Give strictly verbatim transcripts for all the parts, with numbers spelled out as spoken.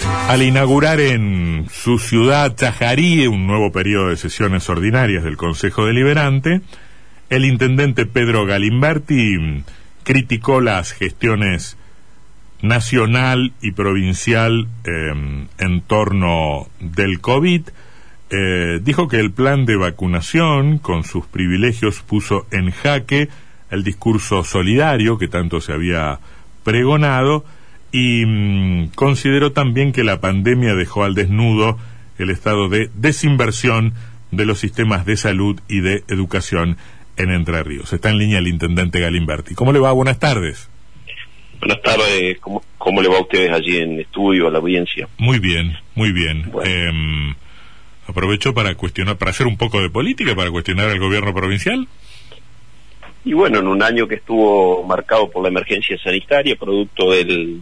Al inaugurar en su ciudad Chajarí un nuevo periodo de sesiones ordinarias del Consejo Deliberante, el intendente Pedro Galimberti criticó las gestiones nacional y provincial eh, en torno del COVID. Eh, dijo que el plan de vacunación, con sus privilegios, puso en jaque el discurso solidario que tanto se había pregonado, y mmm, consideró también que la pandemia dejó al desnudo el estado de desinversión de los sistemas de salud y de educación en Entre Ríos. Está en línea el intendente Galimberti. ¿Cómo le va? Buenas tardes. Buenas tardes. ¿Cómo, cómo le va a ustedes allí en estudio, a la audiencia? Muy bien, muy bien. Bueno. Eh, aprovecho para cuestionar, para hacer un poco de política, para cuestionar al gobierno provincial. Y bueno, en un año que estuvo marcado por la emergencia sanitaria, producto del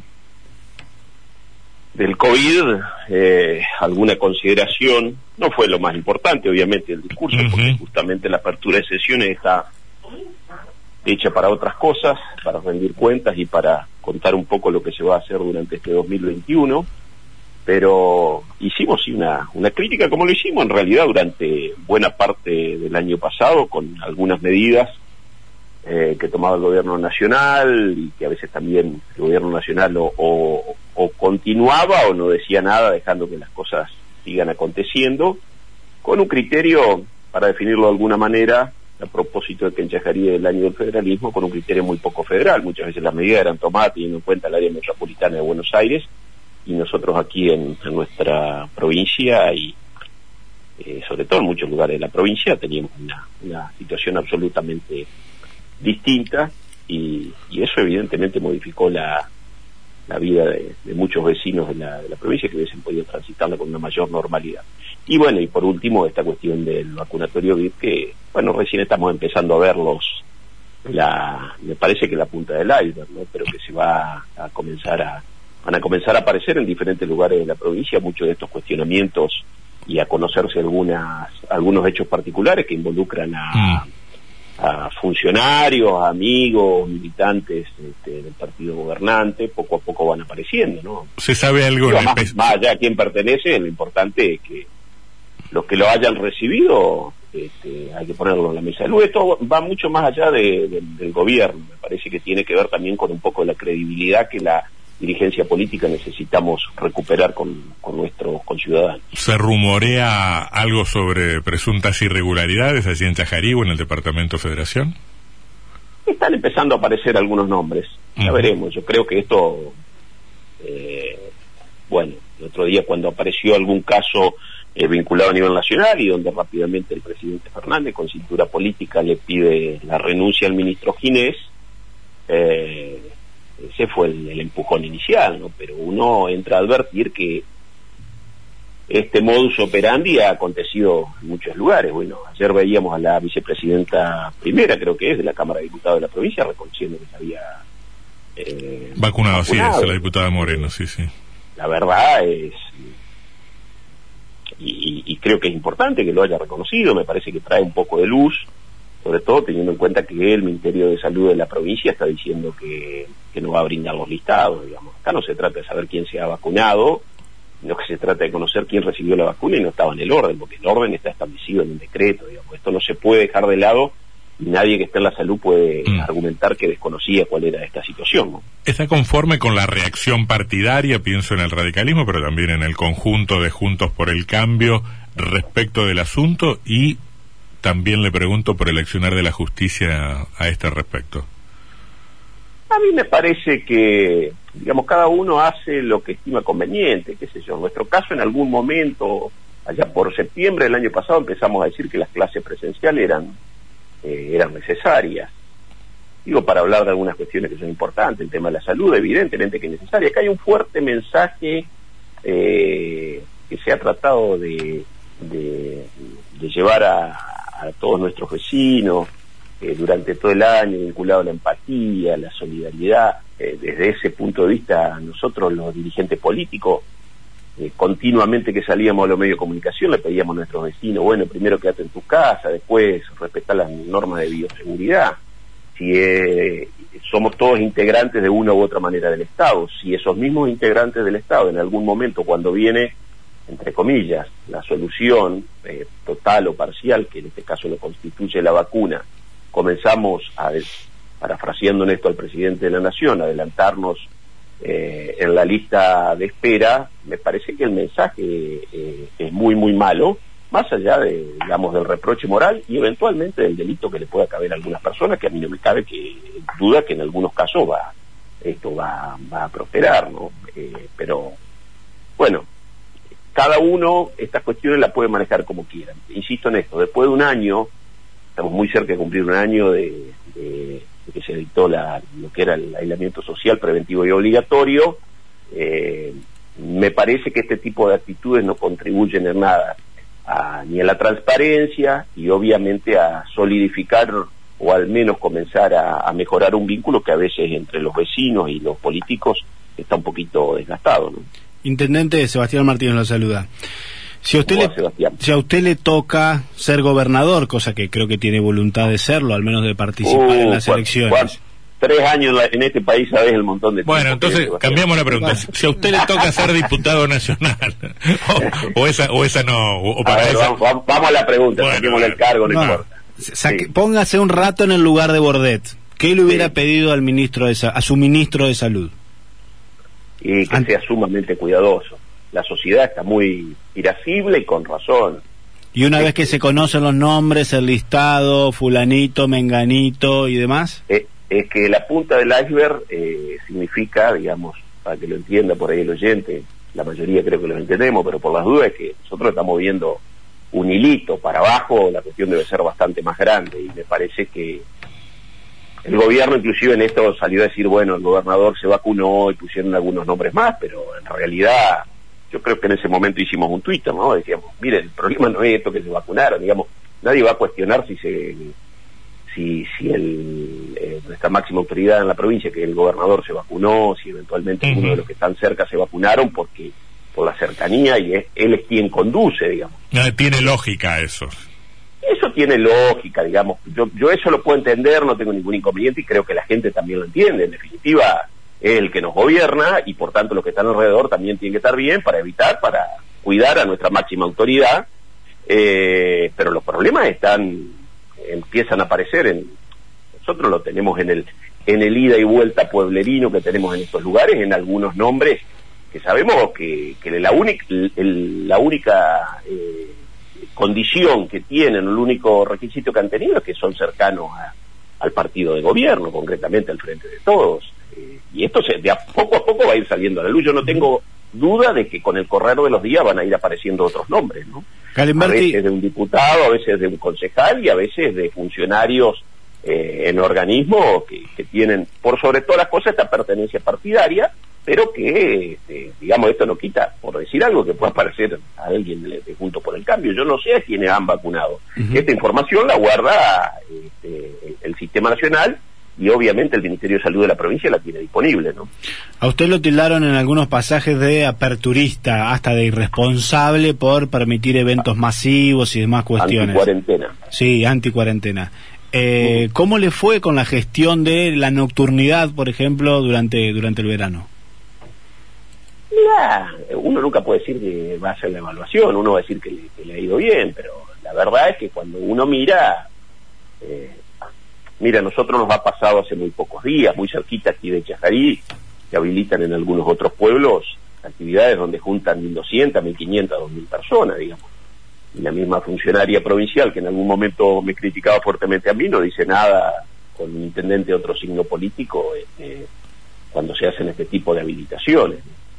del COVID, eh, alguna consideración, no fue lo más importante, obviamente, el discurso, uh-huh. porque justamente la apertura de sesiones está hecha para otras cosas, para rendir cuentas y para contar un poco lo que se va a hacer durante este dos mil veintiuno, pero hicimos sí una, una crítica, como lo hicimos en realidad durante buena parte del año pasado, con algunas medidas Eh, que tomaba el gobierno nacional y que a veces también el gobierno nacional o, o, o continuaba o no decía nada, dejando que las cosas sigan aconteciendo, con un criterio, para definirlo de alguna manera, a propósito de que en Chajarí el año del federalismo, con un criterio muy poco federal. Muchas veces las medidas eran tomadas teniendo en cuenta el área metropolitana de Buenos Aires, y nosotros aquí en, en nuestra provincia y eh, sobre todo en muchos lugares de la provincia teníamos una, una situación absolutamente distinta, y, y eso evidentemente modificó la, la vida de, de muchos vecinos de la, de la provincia, que hubiesen podido transitarla con una mayor normalidad. Y bueno, y por último esta cuestión del vacunatorio V I P, que bueno, recién estamos empezando a verlos, la, me parece que la punta del iceberg, ¿no? Pero que se va a comenzar a, van a comenzar a aparecer en diferentes lugares de la provincia muchos de estos cuestionamientos, y a conocerse algunas, algunos hechos particulares que involucran a mm. a funcionarios, a amigos, militantes este, del partido gobernante. Poco a poco van apareciendo, ¿no? ¿Se sabe algo? Digo, más, más allá a quién pertenece, lo importante es que los que lo hayan recibido, este, hay que ponerlo en la mesa. Luego esto va mucho más allá de, de, del gobierno. Me parece que tiene que ver también con un poco de la credibilidad que la dirigencia política necesitamos recuperar con, con nuestros conciudadanos. ¿Se rumorea algo sobre presuntas irregularidades allí en Chajarí o en el departamento Federación? Están empezando a aparecer algunos nombres, ya uh-huh. veremos. Yo creo que esto, eh, bueno, el otro día cuando apareció algún caso eh, vinculado a nivel nacional, y donde rápidamente el presidente Fernández, con cintura política, le pide la renuncia al ministro Ginés, eh, ese fue el, el empujón inicial, ¿no? Pero uno entra a advertir que este modus operandi ha acontecido en muchos lugares. Bueno, ayer veíamos a la vicepresidenta primera, creo que es, de la Cámara de Diputados de la provincia, reconociendo que se había eh, vacunado, vacunado. Sí, es la diputada Moreno, sí, sí. La verdad es, y, y, y creo que es importante que lo haya reconocido, me parece que trae un poco de luz, sobre todo teniendo en cuenta que el Ministerio de Salud de la provincia está diciendo que, que no va a brindar los listados, digamos. Acá no se trata de saber quién se ha vacunado, sino que se trata de conocer quién recibió la vacuna y no estaba en el orden, porque el orden está establecido en un decreto, digamos. Esto no se puede dejar de lado, y nadie que esté en la salud puede mm. argumentar que desconocía cuál era esta situación, ¿no? ¿Está conforme con la reacción partidaria, pienso en el radicalismo, pero también en el conjunto de Juntos por el Cambio, respecto del asunto? Y también le pregunto por el accionar de la justicia a este respecto. A mí me parece que, digamos, cada uno hace lo que estima conveniente, qué sé yo. En nuestro caso, en algún momento, allá por septiembre del año pasado, empezamos a decir que las clases presenciales eran, eh, eran necesarias. Digo, para hablar de algunas cuestiones que son importantes, el tema de la salud, evidentemente que es necesaria. Acá hay un fuerte mensaje eh, que se ha tratado de, de, de llevar a a todos nuestros vecinos eh, durante todo el año, vinculado a la empatía, a la solidaridad. Eh, desde ese punto de vista, nosotros los dirigentes políticos, eh, continuamente que salíamos a los medios de comunicación, le pedíamos a nuestros vecinos, bueno, primero quédate en tu casa, después respetar las normas de bioseguridad. si eh, somos todos integrantes de una u otra manera del Estado. Si esos mismos integrantes del Estado en algún momento, cuando viene, entre comillas, la solución eh, total o parcial, que en este caso lo constituye la vacuna, comenzamos a, parafraseando en esto al presidente de la Nación, adelantarnos eh, en la lista de espera, me parece que el mensaje eh, es muy, muy malo, más allá de, digamos, del reproche moral y eventualmente del delito que le pueda caber a algunas personas, que a mí no me cabe que duda que en algunos casos va esto va, va a prosperar, ¿no? Eh, pero, bueno, cada uno estas cuestiones las puede manejar como quieran. Insisto en esto, después de un año, estamos muy cerca de cumplir un año de, de, de que se dictó la, lo que era el aislamiento social preventivo y obligatorio, eh, me parece que este tipo de actitudes no contribuyen en nada A, ni a la transparencia y obviamente a solidificar o al menos comenzar a, a mejorar un vínculo que a veces entre los vecinos y los políticos está un poquito desgastado, ¿no? Intendente, Sebastián Martínez lo saluda. Si a usted le, si a usted le toca ser gobernador, cosa que creo que tiene voluntad de serlo, al menos de participar uh, en las cuál, elecciones. Cuál, tres años en, la, en este país, sabes el montón de tiempo. Bueno, entonces cambiamos la pregunta. Bueno. Si a usted le toca ser diputado nacional, o, o esa o esa no, o, o para a ver, esa... vamos, vamos a la pregunta, bueno, saquemos el cargo, no, no importa. Saque, sí. Póngase un rato en el lugar de Bordet. ¿Qué le hubiera sí. pedido al ministro de a su ministro de Salud? Y que Ant sea sumamente cuidadoso. La sociedad está muy irascible y con razón. Y una es, vez que se conocen los nombres, el listado, fulanito, menganito y demás. Es, es que la punta del iceberg eh, significa, digamos, para que lo entienda por ahí el oyente, la mayoría creo que lo entendemos, pero por las dudas es que nosotros estamos viendo un hilito para abajo, la cuestión debe ser bastante más grande y me parece que el gobierno inclusive en esto salió a decir, bueno, el gobernador se vacunó y pusieron algunos nombres más, pero en realidad yo creo que en ese momento hicimos un Twitter, ¿no? Decíamos, mire, el problema no es esto que se vacunaron, digamos, nadie va a cuestionar si se si si el eh, nuestra máxima autoridad en la provincia, que el gobernador se vacunó, si eventualmente uh-huh. uno de los que están cerca se vacunaron, porque por la cercanía y es, él es quien conduce, digamos. No, tiene lógica eso. Eso tiene lógica, digamos. Yo, yo eso lo puedo entender, no tengo ningún inconveniente y creo que la gente también lo entiende. En definitiva, es el que nos gobierna y por tanto los que están alrededor también tienen que estar bien para evitar, para cuidar a nuestra máxima autoridad. Eh, pero los problemas están, empiezan a aparecer en, nosotros lo tenemos en el, en el ida y vuelta pueblerino que tenemos en estos lugares, en algunos nombres que sabemos que, que la única, el, la única eh, condición que tienen, el único requisito que han tenido es que son cercanos a, al partido de gobierno, concretamente al Frente de Todos. Eh, y esto se, de a poco a poco va a ir saliendo a la luz. Yo no tengo duda de que con el correr de los días van a ir apareciendo otros nombres, ¿no? Galimberti... A veces de un diputado, a veces de un concejal y a veces de funcionarios eh, en organismos que, que tienen, por sobre todas las cosas, esta pertenencia partidaria, pero que, eh, digamos, esto no quita, por decir algo, que pueda parecer a alguien de, de Juntos por el Cambio. Yo no sé a quiénes han vacunado. Uh-huh. Esta información la guarda este, el, el Sistema Nacional y obviamente el Ministerio de Salud de la provincia la tiene disponible, ¿no? A usted lo tildaron en algunos pasajes de aperturista, hasta de irresponsable por permitir eventos masivos y demás cuestiones. Anticuarentena. Sí, anticuarentena. Eh, uh-huh. ¿Cómo le fue con la gestión de la nocturnidad, por ejemplo, durante, durante el verano? Mira, uno nunca puede decir que va a hacer la evaluación, uno va a decir que le, que le ha ido bien, pero la verdad es que cuando uno mira, eh, mira, a nosotros nos ha pasado hace muy pocos días, muy cerquita aquí de Chajarí, que habilitan en algunos otros pueblos actividades donde juntan mil doscientas, mil quinientas, dos mil personas, digamos. Y la misma funcionaria provincial, que en algún momento me criticaba fuertemente a mí, no dice nada con un intendente de otro signo político este, cuando se hacen este tipo de habilitaciones.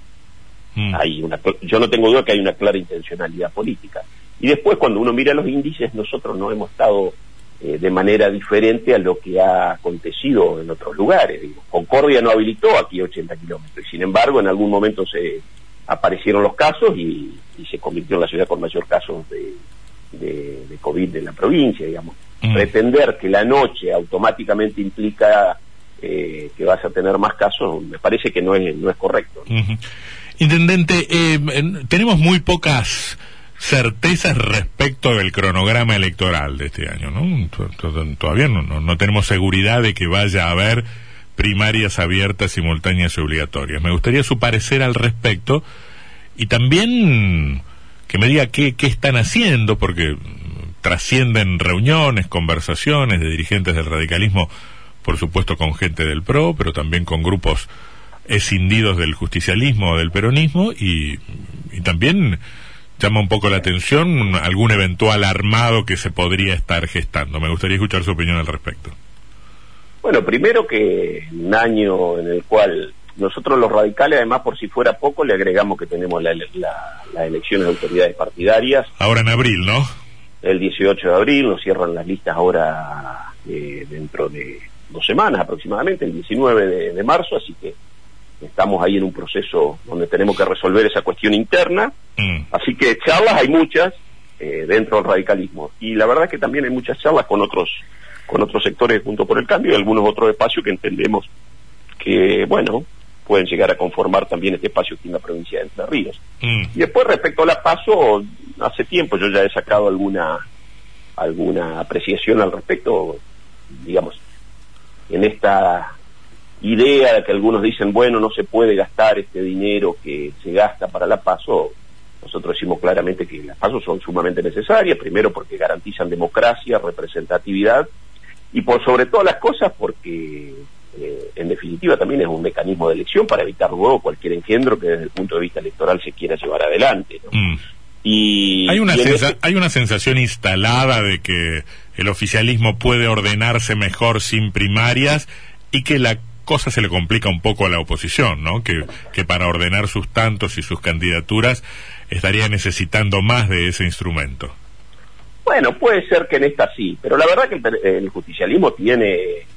Hay una, yo no tengo duda que hay una clara intencionalidad política. Y después, cuando uno mira los índices, nosotros no hemos estado eh, de manera diferente a lo que ha acontecido en otros lugares. Digo, Concordia no habilitó aquí ochenta kilómetros, y sin embargo, en algún momento se aparecieron los casos y, y se convirtió en la ciudad con mayor casos de, de, de COVID en la provincia, digamos. Mm. Pretender que la noche automáticamente implica eh, que vas a tener más casos, me parece que no es, no es correcto, ¿no? Mm-hmm. Intendente, eh, tenemos muy pocas certezas respecto del cronograma electoral de este año, ¿no? Todavía no, no, no tenemos seguridad de que vaya a haber primarias abiertas, simultáneas y obligatorias. Me gustaría su parecer al respecto y también que me diga qué, qué están haciendo, porque trascienden reuniones, conversaciones de dirigentes del radicalismo, por supuesto con gente del P R O, pero también con grupos escindidos del justicialismo o del peronismo, y, y también llama un poco la atención algún eventual armado que se podría estar gestando. Me gustaría escuchar su opinión al respecto. Bueno, primero que un año en el cual nosotros los radicales, además por si fuera poco, le agregamos que tenemos la, la, las elecciones de autoridades partidarias. Ahora en abril, ¿no? El dieciocho de abril, nos cierran las listas ahora eh, dentro de dos semanas aproximadamente, el diecinueve de, de marzo, así que estamos ahí en un proceso donde tenemos que resolver esa cuestión interna. Mm. Así que charlas hay muchas eh, dentro del radicalismo, y la verdad es que también hay muchas charlas con otros con otros sectores junto por el cambio y algunos otros espacios que entendemos que, bueno, pueden llegar a conformar también este espacio aquí en la provincia de Entre Ríos. Mm. Y después, respecto a la PASO, hace tiempo yo ya he sacado alguna alguna apreciación al respecto, digamos, en esta idea de que algunos dicen, bueno, no se puede gastar este dinero que se gasta para la PASO. Nosotros decimos claramente que las PASO son sumamente necesarias, primero porque garantizan democracia, representatividad, y por sobre todas las cosas porque eh, en definitiva también es un mecanismo de elección para evitar luego cualquier engendro que desde el punto de vista electoral se quiera llevar adelante, ¿no? Mm. Y hay una y sensa este... hay una sensación instalada de que el oficialismo puede ordenarse mejor sin primarias y que la cosa se le complica un poco a la oposición, ¿no? Que, que para ordenar sus tantos y sus candidaturas estaría necesitando más de ese instrumento. Bueno, puede ser que en esta sí, pero la verdad que el, el justicialismo tiene,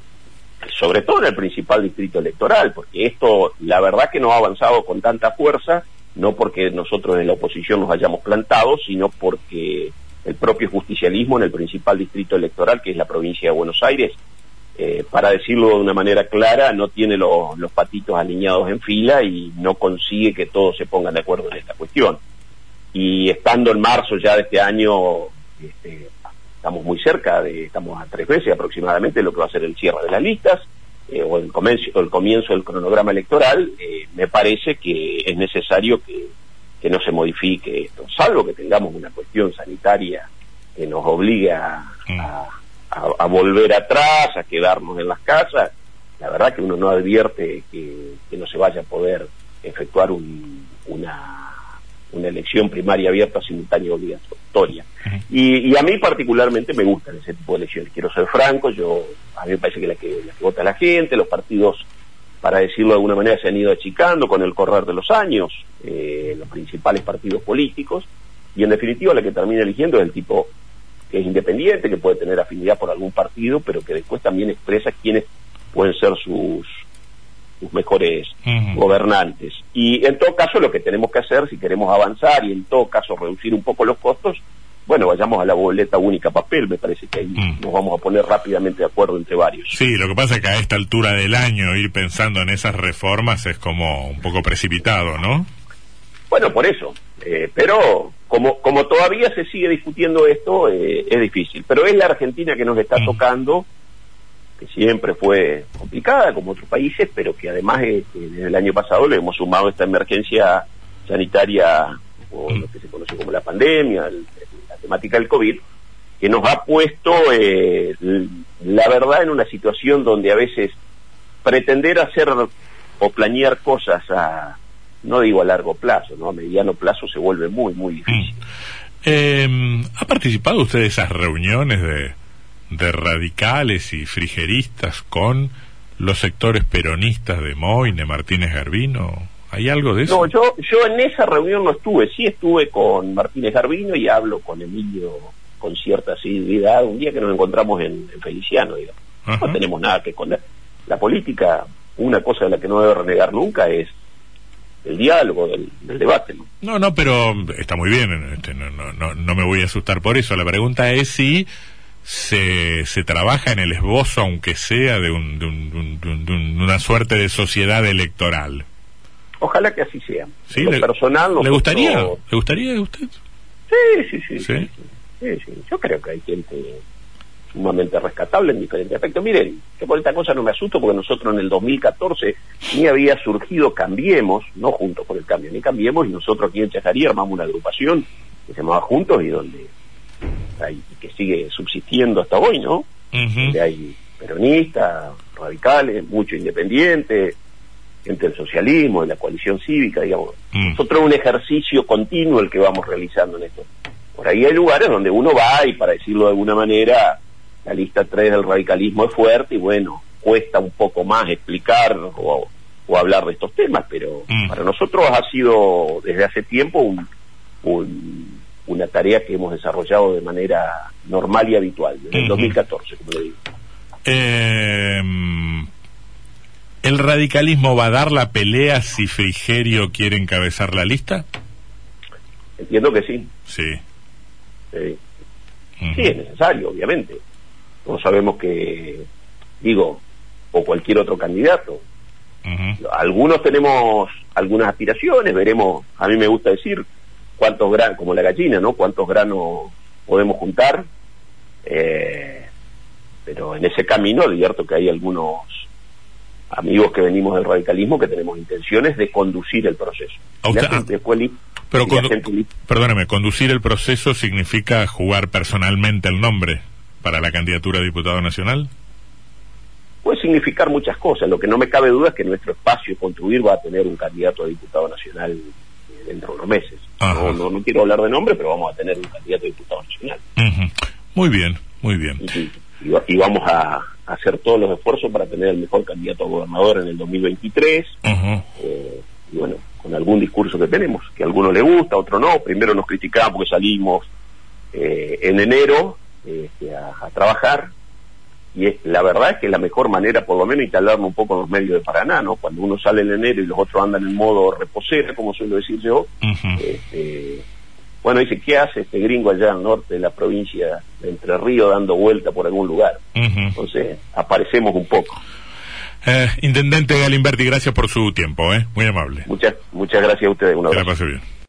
sobre todo en el principal distrito electoral, porque esto, la verdad que no ha avanzado con tanta fuerza, no porque nosotros en la oposición nos hayamos plantado, sino porque el propio justicialismo en el principal distrito electoral, que es la provincia de Buenos Aires, eh, para decirlo de una manera clara, no tiene lo, los patitos alineados en fila y no consigue que todos se pongan de acuerdo en esta cuestión. Y estando en marzo ya de este año, este, estamos muy cerca, de, estamos a tres veces aproximadamente de lo que va a ser el cierre de las listas, eh, o el comienzo, el comienzo del cronograma electoral. eh, me parece que es necesario que, que no se modifique esto, salvo que tengamos una cuestión sanitaria que nos obligue a, a, a, a volver atrás, a quedarnos en las casas. La verdad que uno no advierte que, que no se vaya a poder efectuar un, una una elección primaria abierta, simultánea y obligatoria. Uh-huh. y, y a mí particularmente me gustan ese tipo de elecciones, quiero ser franco. Yo a mí me parece que la que, la que vota la gente, los partidos, para decirlo de alguna manera, se han ido achicando con el correr de los años, eh, los principales partidos políticos, y en definitiva la que termina eligiendo es el tipo que es independiente, que puede tener afinidad por algún partido, pero que después también expresa quiénes pueden ser sus sus mejores uh-huh. gobernantes. Y en todo caso lo que tenemos que hacer, si queremos avanzar y en todo caso reducir un poco los costos, bueno, vayamos a la boleta única papel. Me parece que ahí uh-huh. nos vamos a poner rápidamente de acuerdo entre varios. Sí, lo que pasa es que a esta altura del año ir pensando en esas reformas es como un poco precipitado, ¿no? Bueno, por eso, eh, pero como como todavía se sigue discutiendo esto, eh, es difícil, pero es la Argentina que nos está uh-huh. tocando, que siempre fue complicada como otros países, pero que además eh, desde el año pasado le hemos sumado esta emergencia sanitaria, o lo que se conoce como la pandemia, el, la temática del COVID, que nos ha puesto, eh, la verdad, en una situación donde a veces pretender hacer o planear cosas a, no digo a largo plazo, ¿no? A mediano plazo se vuelve muy, muy difícil. Mm. Eh, ¿Ha participado usted de esas reuniones de de radicales y frigeristas con los sectores peronistas de Moyne, Martínez Garvino? ¿Hay algo de eso? No, yo yo en esa reunión no estuve. Sí estuve con Martínez Garvino y hablo con Emilio con cierta asiduidad un día que nos encontramos en, en Feliciano, digamos. Uh-huh. No tenemos nada que esconder. La política, una cosa de la que no debe renegar nunca es el diálogo, del, del debate, ¿no? No, no, pero está muy bien. Este, no, no, no, no me voy a asustar por eso. La pregunta es si Se, se trabaja en el esbozo, aunque sea de, un, de, un, de, un, de una suerte de sociedad electoral. Ojalá que así sea. ¿Sí? Lo ¿Le, personal, ¿le gustaría? ¿Le gustaría a usted? Sí, sí, sí. ¿Sí? Sí, sí, sí. Yo creo que hay gente sumamente rescatable en diferentes aspectos. Miren, yo por esta cosa no me asusto porque nosotros en el dos mil catorce ni había surgido Cambiemos, no Juntos por el Cambio, ni Cambiemos, y nosotros aquí en Chajarí armamos una agrupación que se llamaba Juntos y donde hay, que sigue subsistiendo hasta hoy, ¿no? Uh-huh. Donde hay peronistas, radicales, muchos independientes, gente del socialismo, de la coalición cívica, digamos. Uh-huh. Nosotros es un ejercicio continuo el que vamos realizando en esto. Por ahí hay lugares donde uno va y, para decirlo de alguna manera, la lista tres del radicalismo es fuerte y bueno, cuesta un poco más explicar o, o hablar de estos temas, pero mm. para nosotros ha sido desde hace tiempo un, un, una tarea que hemos desarrollado de manera normal y habitual, desde mm-hmm. el dos mil catorce, como le digo. Eh, ¿El radicalismo va a dar la pelea si Frigerio quiere encabezar la lista? Entiendo que sí. Sí. Sí, mm-hmm. sí, es necesario, obviamente. No sabemos que, digo, o cualquier otro candidato. Uh-huh. Algunos tenemos algunas aspiraciones, veremos, a mí me gusta decir cuántos granos, como la gallina, ¿no? Cuántos granos podemos juntar, eh, pero en ese camino advierto que hay algunos amigos que venimos del radicalismo que tenemos intenciones de conducir el proceso. Usted, ah, después, pero condu- gente... perdóneme, conducir el proceso significa jugar personalmente el nombre para la candidatura a diputado nacional. Puede significar muchas cosas. Lo que no me cabe duda es que nuestro espacio Construir va a tener un candidato a diputado nacional dentro de unos meses. No, no, no quiero hablar de nombre, pero vamos a tener un candidato a diputado nacional. Uh-huh. Muy bien, muy bien. Y, y, y vamos a, a hacer todos los esfuerzos para tener el mejor candidato a gobernador en el dos mil veintitrés. Uh-huh. Eh, y bueno, con algún discurso que tenemos, que a algunos le gusta, a otros no. Primero nos criticaban porque salimos eh, en enero Este, a, a trabajar, y es, la verdad es que la mejor manera, por lo menos, instalarnos un poco en los medios de Paraná, ¿no? Cuando uno sale en enero y los otros andan en modo reposera, como suelo decir yo, uh-huh. este, bueno, dice, ¿qué hace este gringo allá al norte de la provincia de Entre Ríos dando vuelta por algún lugar? Uh-huh. Entonces, aparecemos un poco. Eh, Intendente Galimberti, gracias por su tiempo, ¿eh? Muy amable. Muchas, muchas gracias a ustedes. Un abrazo. Que la pase bien.